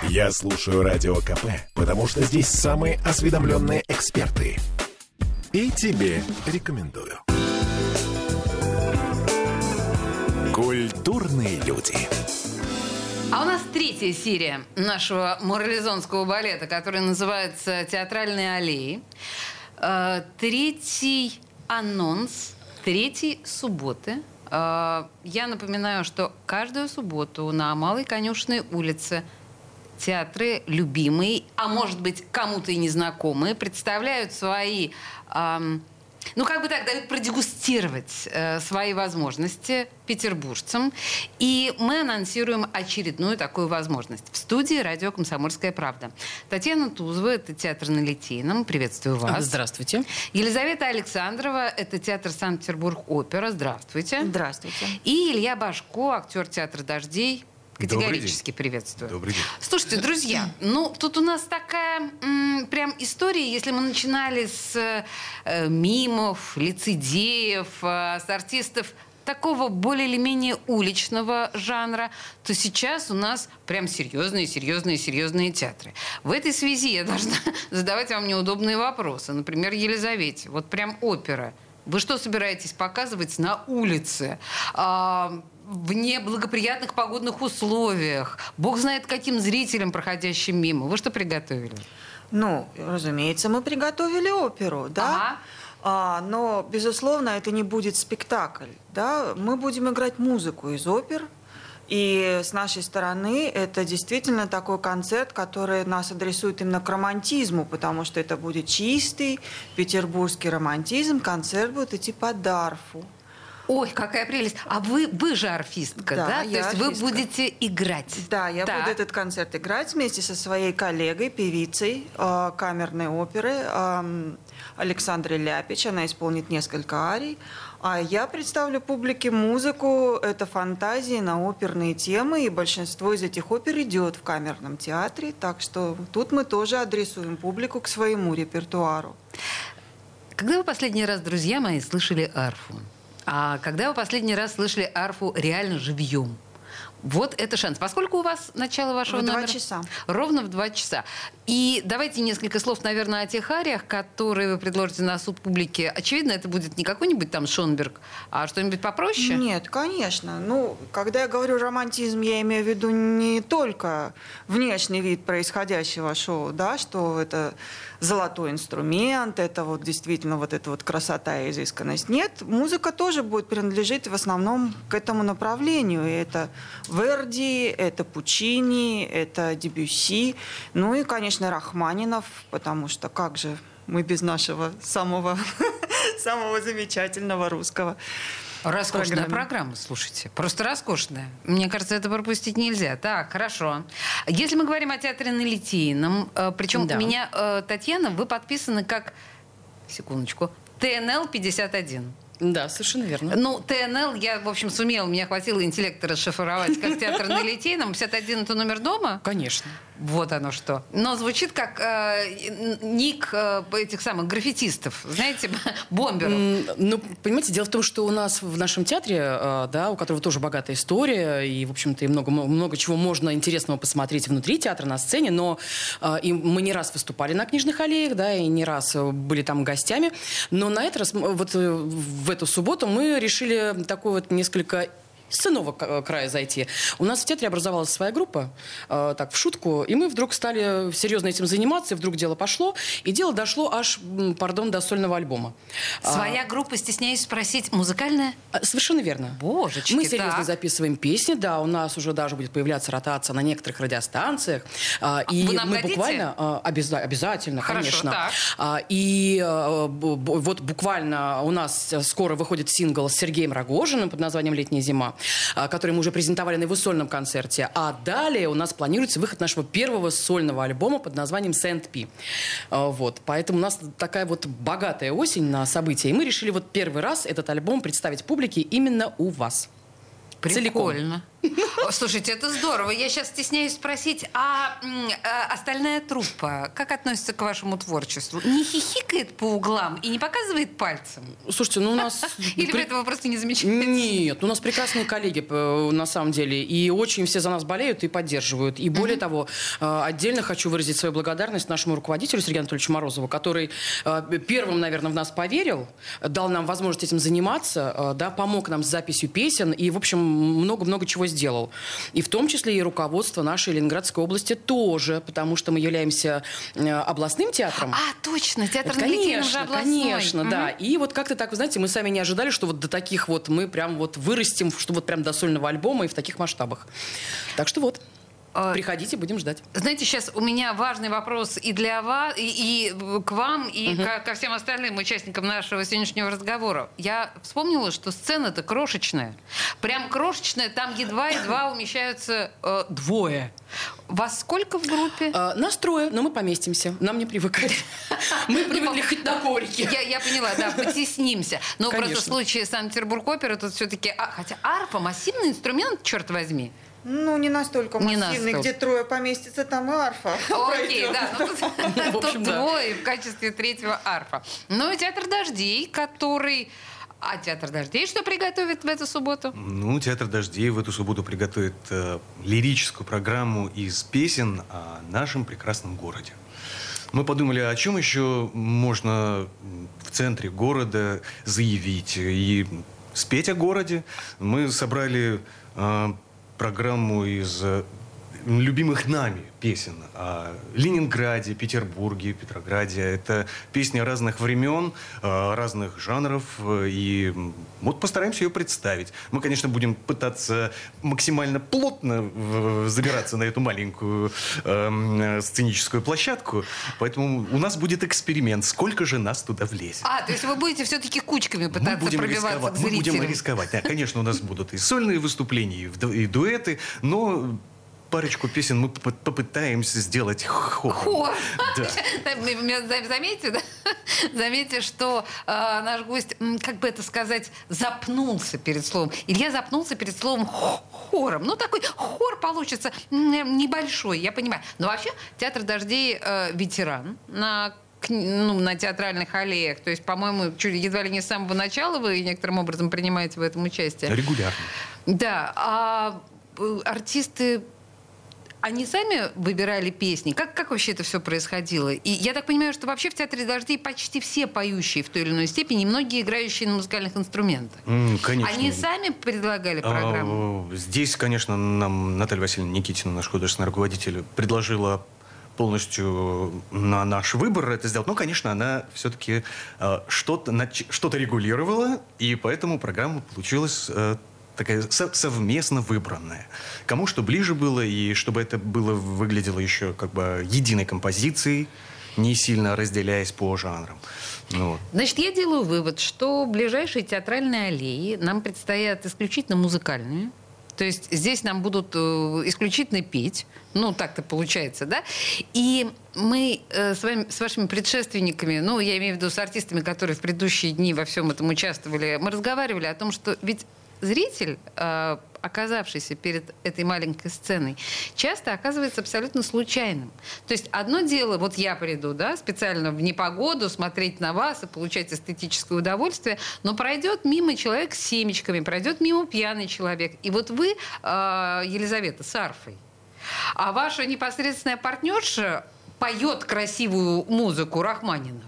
Я слушаю Радио КП, потому что здесь самые осведомленные эксперты. И тебе рекомендую. Культурные люди. А у нас третья серия нашего морализонского балета, который называется «Театральные аллеи». Третий анонс третьей субботы. Я напоминаю, что каждую субботу на Малой Конюшенной улице театры любимые, а может быть, кому-то и незнакомые, представляют свои... дают продегустировать свои возможности петербуржцам. И мы анонсируем очередную такую возможность. В студии радио «Комсомольская правда». Татьяна Тузова, это театр на Литейном. Приветствую вас. Здравствуйте. Елизавета Александрова, это театр «Санкт-Петербург-опера». Здравствуйте. Здравствуйте. И Илья Башко, актер театра «Дождей». Категорически приветствую. Добрый день. Слушайте, друзья, тут у нас такая прям история, если мы начинали с мимов, лицедеев, с артистов такого более или менее уличного жанра, то сейчас у нас прям серьезные театры. В этой связи я должна задавать вам неудобные вопросы. Например, Елизавете, вот прям опера. Вы что собираетесь показывать на улице? В неблагоприятных погодных условиях. Бог знает, каким зрителям, проходящим мимо. Вы что приготовили? Разумеется, мы приготовили оперу, да? Ага. Но, безусловно, это не будет спектакль, да? Мы будем играть музыку из опер. И с нашей стороны это действительно такой концерт, который нас адресует именно к романтизму, потому что это будет чистый петербургский романтизм. Концерт будет идти по Дарфу. Ой, какая прелесть. А вы же арфистка, да? Да, То есть арфистка. вы будете играть. Да, я буду этот концерт играть вместе со своей коллегой, певицей камерной оперы Александрой Ляпич. Она исполнит несколько арий. А я представлю публике музыку. Это фантазии на оперные темы. И большинство из этих опер идет в камерном театре. Так что тут мы тоже адресуем публику к своему репертуару. Когда вы последний раз, друзья мои, слышали арфу? А когда вы последний раз слышали арфу реально живьем? Вот это шанс. Поскольку у вас начало вашего номера... 2 часа. Ровно в 2 часа. И давайте несколько слов, наверное, о тех ариях, которые вы предложите на суд публики. Очевидно, это будет не какой-нибудь там Шонберг, а что-нибудь попроще? Нет, конечно. Когда я говорю романтизм, я имею в виду не только внешний вид происходящего шоу, да, что это золотой инструмент, это вот действительно эта красота и изысканность. Нет, музыка тоже будет принадлежать в основном к этому направлению. И это Верди, это Пучини, это Дебюсси, и, конечно, Рахманинов, потому что как же мы без нашего самого замечательного русского. Роскошная программа, слушайте. Просто роскошная. Мне кажется, это пропустить нельзя. Так, хорошо. Если мы говорим о театре на Литейном, причем у меня, Татьяна, вы подписаны как, секундочку, ТНЛ-51. Да, совершенно верно. ТНЛ я, в общем, сумела, меня хватило интеллекта расшифровать как театр на Литейном. 51 — это номер дома? Конечно. Вот оно что. Но звучит как ник этих самых граффитистов, знаете, бомберов. Понимаете, дело в том, что у нас в нашем театре, у которого тоже богатая история, и, в общем-то, и много чего можно интересного посмотреть внутри театра, на сцене, но и мы не раз выступали на Книжных аллеях, да, и не раз были там гостями, но на этот раз, в эту субботу мы решили такой несколько с иного края зайти. У нас в театре образовалась своя группа, так, в шутку, и мы вдруг стали серьезно этим заниматься, и вдруг дело пошло, и дело дошло аж, до сольного альбома. Своя группа, стесняюсь спросить, музыкальная? Совершенно верно. Божечки, мы серьезно записываем песни, да, у нас уже даже будет появляться ротация на некоторых радиостанциях. И вы нам мы дадите? буквально... Обязательно, хорошо, конечно. Так. И вот буквально у нас скоро выходит сингл с Сергеем Рогожиным под названием «Летняя зима», который мы уже презентовали на его сольном концерте. А далее у нас планируется выход нашего первого сольного альбома под названием «Сент-Пи». Поэтому у нас такая богатая осень на события. И мы решили первый раз этот альбом представить публике именно у вас. Прикольно. Целиком. Слушайте, это здорово. Я сейчас стесняюсь спросить, а остальная труппа как относится к вашему творчеству? Не хихикает по углам и не показывает пальцем? Слушайте, ну у нас... Или вы этого просто не замечаете? Нет, у нас прекрасные коллеги, на самом деле. И очень все за нас болеют и поддерживают. И более того, отдельно хочу выразить свою благодарность нашему руководителю Сергею Анатольевичу Морозову, который первым, наверное, в нас поверил, дал нам возможность этим заниматься, да, помог нам с записью песен и, в общем, много-много чего сделал. И в том числе и руководство нашей Ленинградской области тоже, потому что мы являемся областным театром. А, точно, театр Вот, на Литейном же конечно, областной. конечно, да. И вот как-то так, вы знаете, мы сами не ожидали, что вот до таких вот мы прям вот вырастем, что вот прям до сольного альбома и в таких масштабах. Так что вот. Приходите, будем ждать. Знаете, сейчас у меня важный вопрос и для вас, и к вам, и ко всем остальным участникам нашего сегодняшнего разговора. Я вспомнила, что сцена-то крошечная. Прям крошечная, там едва-едва умещаются двое. Вас сколько в группе? Нас трое, но мы поместимся. Нам не привыкать. Мы привыкли хоть на коврике. Я поняла, да, потеснимся. Но Конечно. просто в случае Санкт-Петербург-опера тут все-таки... Хотя арфа — массивный инструмент, черт возьми. Ну, не настолько Не массивный. настолько. Где трое поместится, там и арфа. Окей, да. В общем, Тут да. двое в качестве третьего арфа. Ну и театр «Дождей», который... А театр «Дождей» что приготовит в эту субботу? Ну, театр «Дождей» в эту субботу приготовит лирическую программу из песен о нашем прекрасном городе. Мы подумали, о чем еще можно в центре города заявить и спеть о городе. Мы собрали программу из любимых нами песен о Ленинграде, Петербурге, Петрограде. Это песни разных времен, разных жанров. И вот постараемся ее представить. Мы, конечно, будем пытаться максимально плотно забираться на эту маленькую сценическую площадку. Поэтому у нас будет эксперимент. Сколько же нас туда влезет? То есть вы будете все-таки кучками пытаться пробиваться рисковать. к зрителям? Мы будем рисковать. Да, конечно, у нас будут и сольные выступления, и дуэты, но парочку песен мы попытаемся сделать хором. Хор. Да. Заметьте, да? Заметьте, что наш гость, как бы это сказать, запнулся перед словом. Илья запнулся перед словом хором. Ну, такой хор получится небольшой, я понимаю. Но вообще театр «Дождей» ветеран на театральных аллеях. То есть, по-моему, едва ли не с самого начала вы некоторым образом принимаете в этом участие. Регулярно. Да. А артисты... Они сами выбирали песни? Как вообще это все происходило? И я так понимаю, что вообще в театре «Дождей» почти все поющие в той или иной степени, и многие играющие на музыкальных инструментах. Конечно. Они сами предлагали программу? Здесь, конечно, нам Наталья Васильевна Никитина, наш художественный руководитель, предложила полностью на наш выбор это сделать. Но, конечно, она все-таки что-то регулировала, и поэтому программа получилась такая совместно выбранная. Кому что ближе было, и чтобы это выглядело еще как бы единой композицией, не сильно разделяясь по жанрам. Вот. Значит, я делаю вывод, что ближайшие театральные аллеи нам предстоят исключительно музыкальные. То есть здесь нам будут исключительно петь. Ну, так-то получается, да? И мы с вашими предшественниками, я имею в виду с артистами, которые в предыдущие дни во всем этом участвовали, мы разговаривали о том, что ведь зритель, оказавшийся перед этой маленькой сценой, часто оказывается абсолютно случайным. То есть одно дело, вот я приду, да, специально в непогоду смотреть на вас и получать эстетическое удовольствие, но пройдет мимо человек с семечками, пройдет мимо пьяный человек. И вот вы, Елизавета, с арфой, а ваша непосредственная партнерша поет красивую музыку Рахманинова.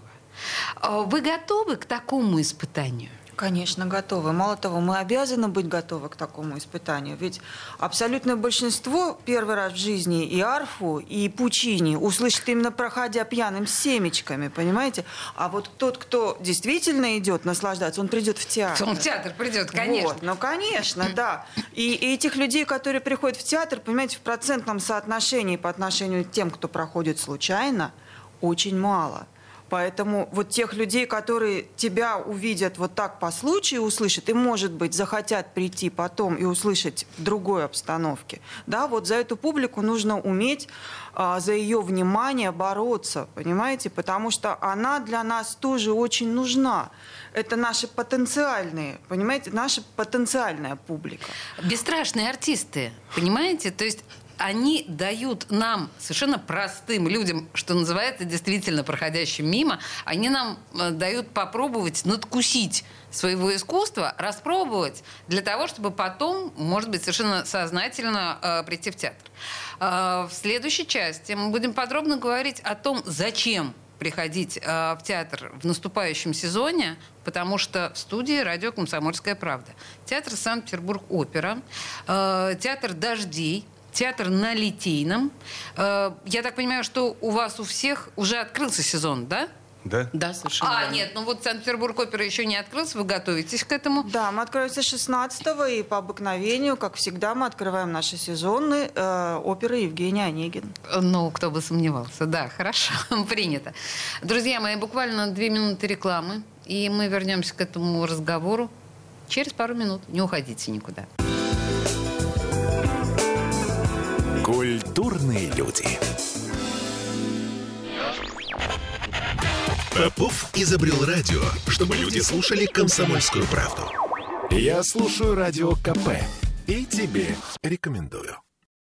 Вы готовы к такому испытанию? Конечно, готовы. Мало того, мы обязаны быть готовы к такому испытанию. Ведь абсолютное большинство первый раз в жизни и арфу, и Пучини услышит именно проходя пьяным с семечками, понимаете? А вот тот, кто действительно идет наслаждаться, он придет в театр. Он в театр придет, конечно. Вот, конечно, да. И этих людей, которые приходят в театр, понимаете, в процентном соотношении по отношению к тем, кто проходит случайно, очень мало. Поэтому вот тех людей, которые тебя увидят вот так по случаю, услышат, и, может быть, захотят прийти потом и услышать в другой обстановке, да, вот за эту публику нужно уметь за ее внимание бороться, понимаете? Потому что она для нас тоже очень нужна. Это наши потенциальные, понимаете, наша потенциальная публика. Бесстрашные артисты, понимаете? То есть они дают нам, совершенно простым людям, что называется, действительно проходящим мимо, они нам дают попробовать надкусить своего искусства, распробовать для того, чтобы потом, может быть, совершенно сознательно прийти в театр. В следующей части мы будем подробно говорить о том, зачем приходить в театр в наступающем сезоне, потому что в студии радио «Комсомольская правда». Театр «Санкт-Петербург-опера», театр «Дождей», театр на Литейном. Я так понимаю, что у вас у всех уже открылся сезон, да? Да? Да, совершенно верно. Нет, ну вот Санкт-Петербург-опера еще не открылся, вы готовитесь к этому? Да, мы откроемся 16-го, и по обыкновению, как всегда, мы открываем наши сезоны оперы Евгения Онегин. Ну, кто бы сомневался. Да, хорошо, принято. Друзья мои, буквально 2 минуты рекламы, и мы вернемся к этому разговору через пару минут. Не уходите никуда. Культурные люди. Попов изобрел радио, чтобы люди слушали «Комсомольскую правду». Я слушаю радио КП и тебе рекомендую.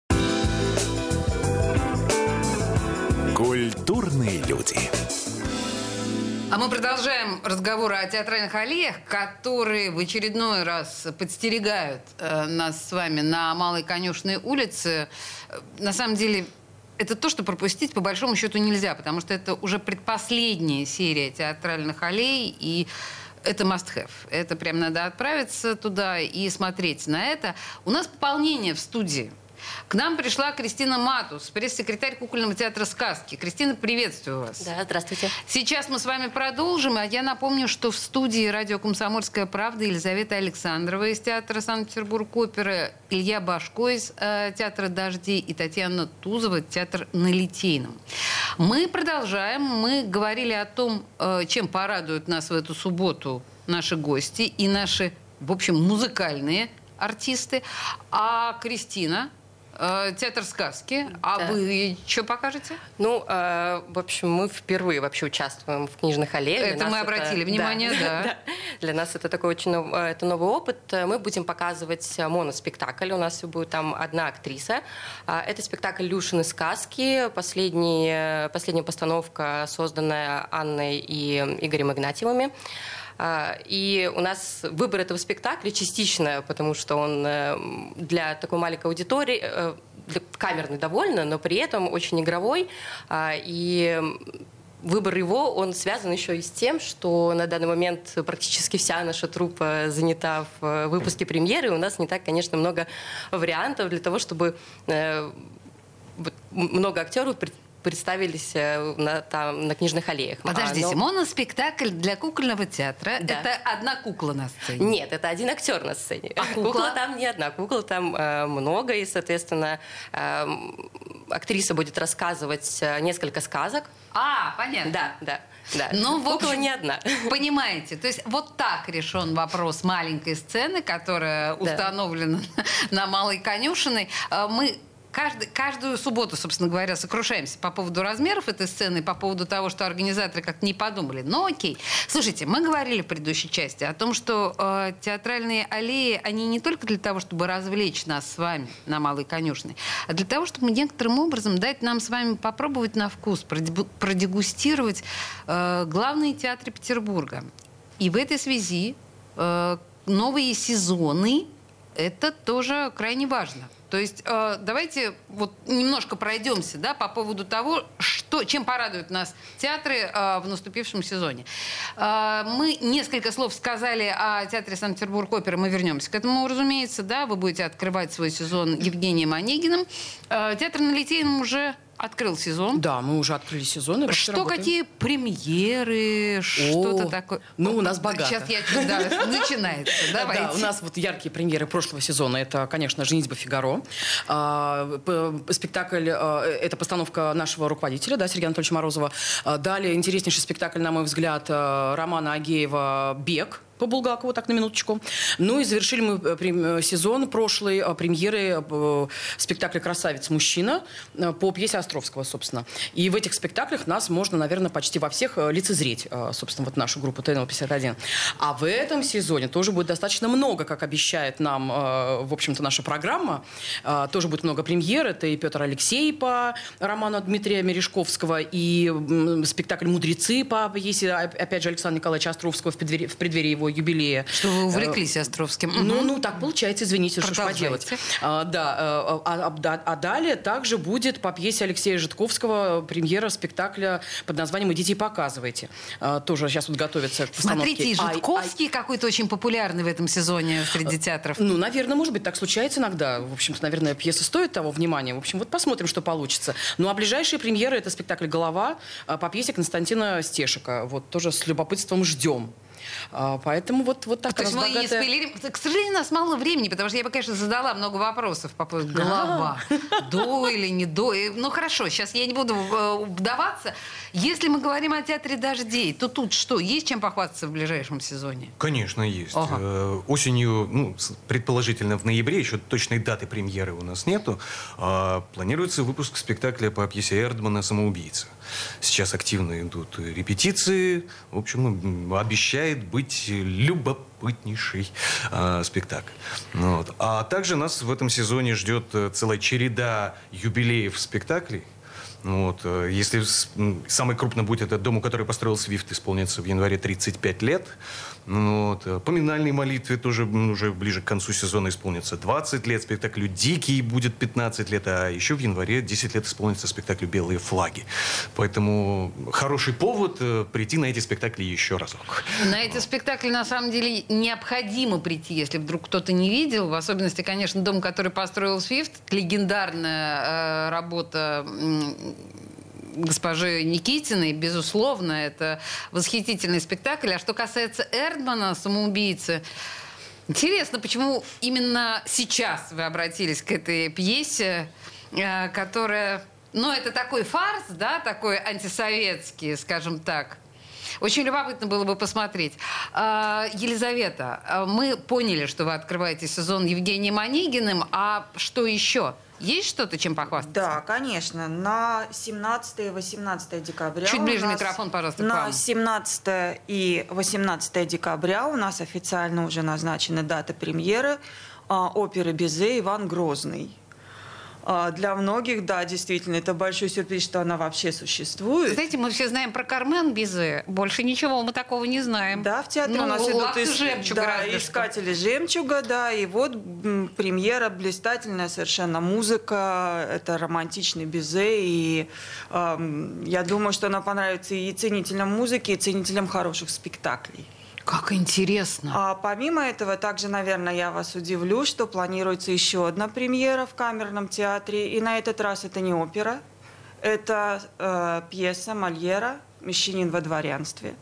Культурные люди. А мы продолжаем разговор о театральных аллеях, которые в очередной раз подстерегают нас с вами на Малой Конюшенной улице. На самом деле, это то, что пропустить по большому счету нельзя, потому что это уже предпоследняя серия театральных аллей, и это must-have. Это прям надо отправиться туда и смотреть на это. У нас пополнение в студии. К нам пришла Кристина Матус, пресс-секретарь Кукольного театра «Сказки». Кристина, приветствую вас. Да, здравствуйте. Сейчас мы с вами продолжим. А я напомню, что в студии радио «Комсомольская правда» Елизавета Александрова из театра «Санкт-Петербург-опера», Илья Башко из театра «Дождей» и Татьяна Тузова, театр на Литейном. Мы продолжаем. Мы говорили о том, чем порадуют нас в эту субботу наши гости и наши, в общем, музыкальные артисты. А Кристина... Театр «Сказки». А да. Вы что покажете? Ну, в общем, мы впервые вообще участвуем в книжных аллеях. Это мы обратили внимание, да. Для нас это такой очень новый опыт. Мы будем показывать моноспектакль. У нас будет там одна актриса. Это спектакль «Люшины сказки». Последняя постановка, созданная Анной и Игорем Игнатьевыми. И у нас выбор этого спектакля частично, потому что он для такой маленькой аудитории, камерный довольно, но при этом очень игровой. И выбор его, он связан еще и с тем, что на данный момент практически вся наша труппа занята в выпуске премьеры. И у нас не так, конечно, много вариантов для того, чтобы много актеров представились на книжных аллеях. Подождите, моноспектакль для кукольного театра. Да. Это одна кукла на сцене? Нет, это один актер на сцене. А кукла там не одна, кукол там много, и, соответственно, актриса будет рассказывать несколько сказок. Понятно. Да. Но, кукла не одна. Понимаете, то есть вот так решен вопрос маленькой сцены, которая установлена на Малой Конюшенной. Мы каждую субботу, собственно говоря, сокрушаемся по поводу размеров этой сцены, по поводу того, что организаторы как-то не подумали. Но окей. Слушайте, мы говорили в предыдущей части о том, что театральные аллеи, они не только для того, чтобы развлечь нас с вами на Малой Конюшенной, а для того, чтобы некоторым образом дать нам с вами попробовать на вкус, продегустировать главные театры Петербурга. И в этой связи новые сезоны – это тоже крайне важно. То есть давайте вот немножко пройдемся, да, по поводу того, чем порадуют нас театры в наступившем сезоне. Мы несколько слов сказали о театре Санкт-Петербург-опера, мы вернемся к этому, разумеется, да, вы будете открывать свой сезон Евгением Онегиным. Театр на Литейном уже открыл сезон. Да, мы уже открыли сезон. И Что, какие премьеры, что-то такое? Ну, у нас богато. Сейчас начинается. Давайте. Да, у нас вот яркие премьеры прошлого сезона. Это, конечно, «Женитьба Фигаро». Спектакль, это постановка нашего руководителя, да, Сергея Анатольевича Морозова. Далее интереснейший спектакль, на мой взгляд, Романа Агеева «Бег». По Булгакову, так на минуточку. Ну и завершили мы сезон прошлой премьеры спектакля «Красавец-мужчина» по пьесе Островского, собственно. И в этих спектаклях нас можно, наверное, почти во всех лицезреть, собственно, вот нашу группу ТНЛ-51. А в этом сезоне тоже будет достаточно много, как обещает нам, в общем-то, наша программа. Тоже будет много премьер. Это и Петр Алексей по роману Дмитрия Мережковского, и спектакль «Мудрецы» по пьесе, опять же, Александра Николаевича Островского в преддверии его юбилея. Что вы увлеклись Островским. Ну, так получается, извините, что ж поделать. А далее также будет по пьесе Алексея Житковского премьера спектакля под названием «Идите и показывайте». Тоже сейчас вот готовится к постановке. Смотрите, и Житковский какой-то очень популярный в этом сезоне среди театров. Ну, наверное, может быть, так случается иногда. В общем-то, наверное, пьеса стоит того внимания. В общем, вот посмотрим, что получится. Ну, а ближайшие премьеры — это спектакль «Голова» по пьесе Константина Стешика. Вот тоже с любопытством ждем. Поэтому вот так. То есть мы не спойлерим. К сожалению, у нас мало времени, потому что я бы, конечно, задала много вопросов по поводу «Голова». До или не до. Ну, хорошо, сейчас я не буду вдаваться. Если мы говорим о театре «Дождей», то тут что? Есть чем похвастаться в ближайшем сезоне? Конечно, есть. Ага. Осенью, предположительно в ноябре, еще точной даты премьеры у нас нету, планируется выпуск спектакля по пьесе Эрдмана «Самоубийца». Сейчас активно идут репетиции. В общем, обещает быть любопытнейший спектакль. Вот. А также нас в этом сезоне ждет целая череда юбилеев спектаклей. Вот. Если самый крупный будет этот дом, который построил Свифт, исполнится в январе 35 лет. Вот. Поминальной молитве тоже уже ближе к концу сезона исполнится 20 лет. Спектаклю «Дикий» будет 15 лет. А еще в январе 10 лет исполнится спектаклю «Белые флаги». Поэтому хороший повод прийти на эти спектакли еще разок. На эти спектакли, на самом деле, необходимо прийти, если вдруг кто-то не видел. В особенности, конечно, дом, который построил Свифт. Легендарная работа госпожи Никитиной, безусловно, это восхитительный спектакль. А что касается Эрдмана, «Самоубийцы», интересно, почему именно сейчас вы обратились к этой пьесе, которая, это такой фарс, да, такой антисоветский, скажем так. Очень любопытно было бы посмотреть. Елизавета, мы поняли, что вы открываете сезон Евгением Онегиным, а что еще? Есть что-то, чем похвастаться? Да, конечно. На 17 и 18 декабря... Чуть ближе микрофон, пожалуйста, к вам. На 17 и 18 декабря у нас официально уже назначены даты премьеры оперы Бизе «Иван Грозный». Для многих, да, действительно, это большой сюрприз, что она вообще существует. Знаете, мы все знаем про Кармен Бизе. Больше ничего мы такого не знаем. Да, в театре у нас идут искатели жемчуга, да, и вот премьера блистательная совершенно музыка, это романтичный Бизе, и я думаю, что она понравится и ценителям музыки, и ценителям хороших спектаклей. Как интересно. А помимо этого, также, наверное, я вас удивлю, что планируется еще одна премьера в Камерном театре. И на этот раз это не опера, это пьеса Мольера «Мещанин во дворянстве».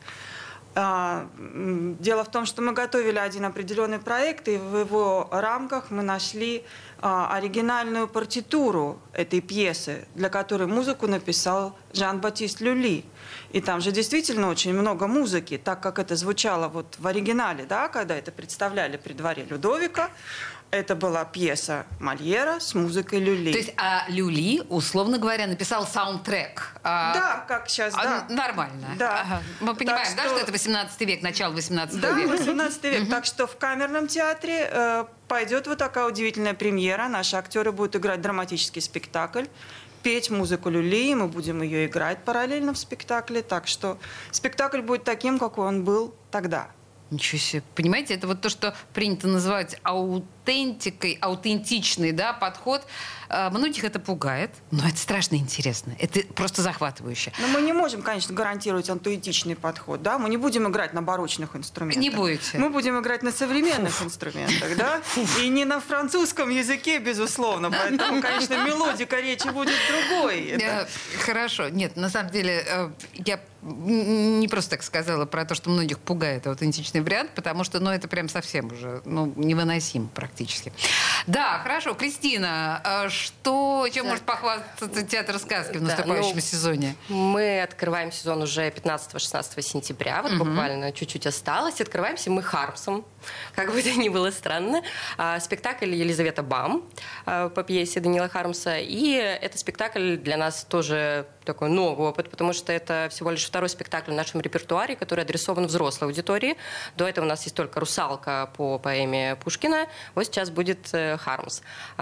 Дело в том, что мы готовили один определенный проект, и в его рамках мы нашли оригинальную партитуру этой пьесы, для которой музыку написал Жан-Батист Люли. И там же действительно очень много музыки, так как это звучало вот в оригинале, да, когда это представляли при дворе Людовика. Это была пьеса Мольера с музыкой Люли. То есть Люли, условно говоря, написал саундтрек. Да, как сейчас, да. Нормально. Да. Ага. Мы понимаем, да, что это 18 век, начало 18 века. Да, 18 век. Так что в Камерном театре пойдет вот такая удивительная премьера. Наши актеры будут играть драматический спектакль, петь музыку Люли, мы будем ее играть параллельно в спектакле. Так что спектакль будет таким, какой он был тогда. Ничего себе. Понимаете, это вот то, что принято называть аутентикой, аутентичный, да, подход. Многих это пугает, но это страшно интересно. Это просто захватывающе. Но мы не можем, конечно, гарантировать аутентичный подход, да? Мы не будем играть на барочных инструментах. Не будете. Мы будем играть на современных инструментах, да? И не на французском языке, безусловно. Поэтому, конечно, мелодика речи будет другой. Хорошо. Нет, на самом деле, я не просто так сказала про то, что многих пугает аутентичный вариант, потому что, ну, это прям совсем уже, ну, невыносимо практически. Да, хорошо. Кристина, чем может похвастаться театр сказки в наступающем сезоне? Мы открываем сезон уже 15-16 сентября, вот буквально чуть-чуть осталось. Открываемся мы Хармсом, как бы это ни было странно. Спектакль «Елизавета Бам» по пьесе Даниила Хармса. И это спектакль для нас тоже такой новый опыт, потому что это всего лишь второй спектакль в нашем репертуаре, который адресован взрослой аудитории. До этого у нас есть только «Русалка» по поэме Пушкина. Вот сейчас будет Хармс.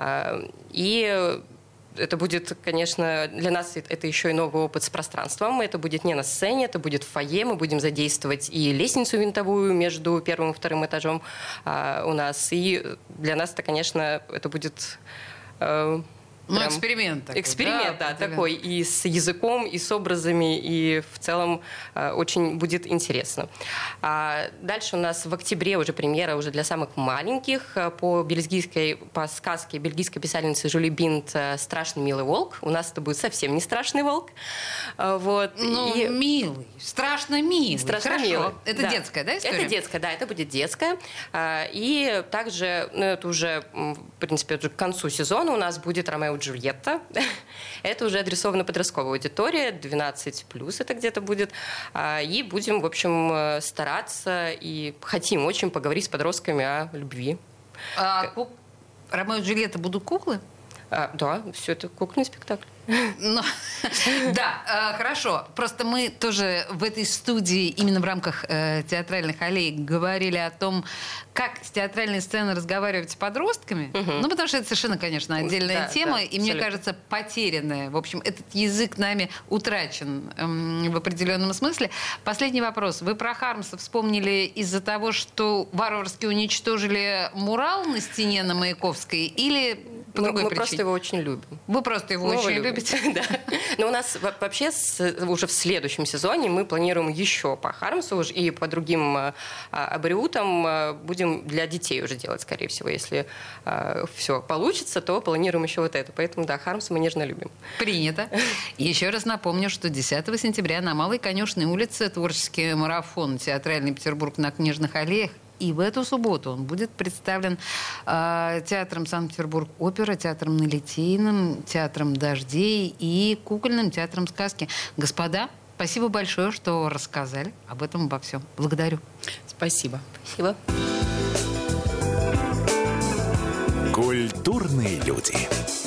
И это будет, конечно, для нас это еще и новый опыт с пространством. Это будет не на сцене, это будет в фойе. Мы будем задействовать и лестницу винтовую между первым и вторым этажом у нас. И для нас это, конечно, это будет... эксперимент такой. Эксперимент, да, такой. И с языком, и с образами, и в целом очень будет интересно. Дальше у нас в октябре уже премьера уже для самых маленьких по сказке бельгийской писательницы Жюли Бинд «Страшный милый волк». У нас это будет совсем не страшный волк. Вот. Милый. Страшно милый. Страшно милый. Это детская, да, история? Это детская, да, это будет детская. И также, это уже, в принципе, к концу сезона у нас будет «Ромео и Джульетта». Это уже адресована подростковая аудитория, 12+, это где-то будет. И будем, в общем, стараться и хотим очень поговорить с подростками о любви. «Ромео и Джульетта» будут куклы? Да, все это кукольный спектакль. Да, хорошо. Просто мы тоже в этой студии именно в рамках театральных аллей говорили о том, как с театральной сцены разговаривать с подростками. Ну, потому что это совершенно, конечно, отдельная тема. И мне кажется, потерянная. В общем, этот язык нами утрачен в определенном смысле. Последний вопрос. Вы про Хармса вспомнили из-за того, что варварски уничтожили мурал на стене на Маяковской? Или по другой причине? Мы просто его очень любим. Вы просто его очень любите? Да. Но у нас вообще уже в следующем сезоне мы планируем еще по Хармсу и по другим абориутам будем для детей уже делать, скорее всего. Если все получится, то планируем еще вот это. Поэтому, да, Хармса мы нежно любим. Принято. Еще раз напомню, что 10 сентября на Малой Конюшной улице творческий марафон «Театральный Петербург» на Книжных аллеях. И в эту субботу он будет представлен театром Санкт-Петербург-опера, театром на Литейном, театром «Дождей» и кукольным театром сказки. Господа, спасибо большое, что рассказали об этом, обо всем. Благодарю. Спасибо. Спасибо. Культурные люди.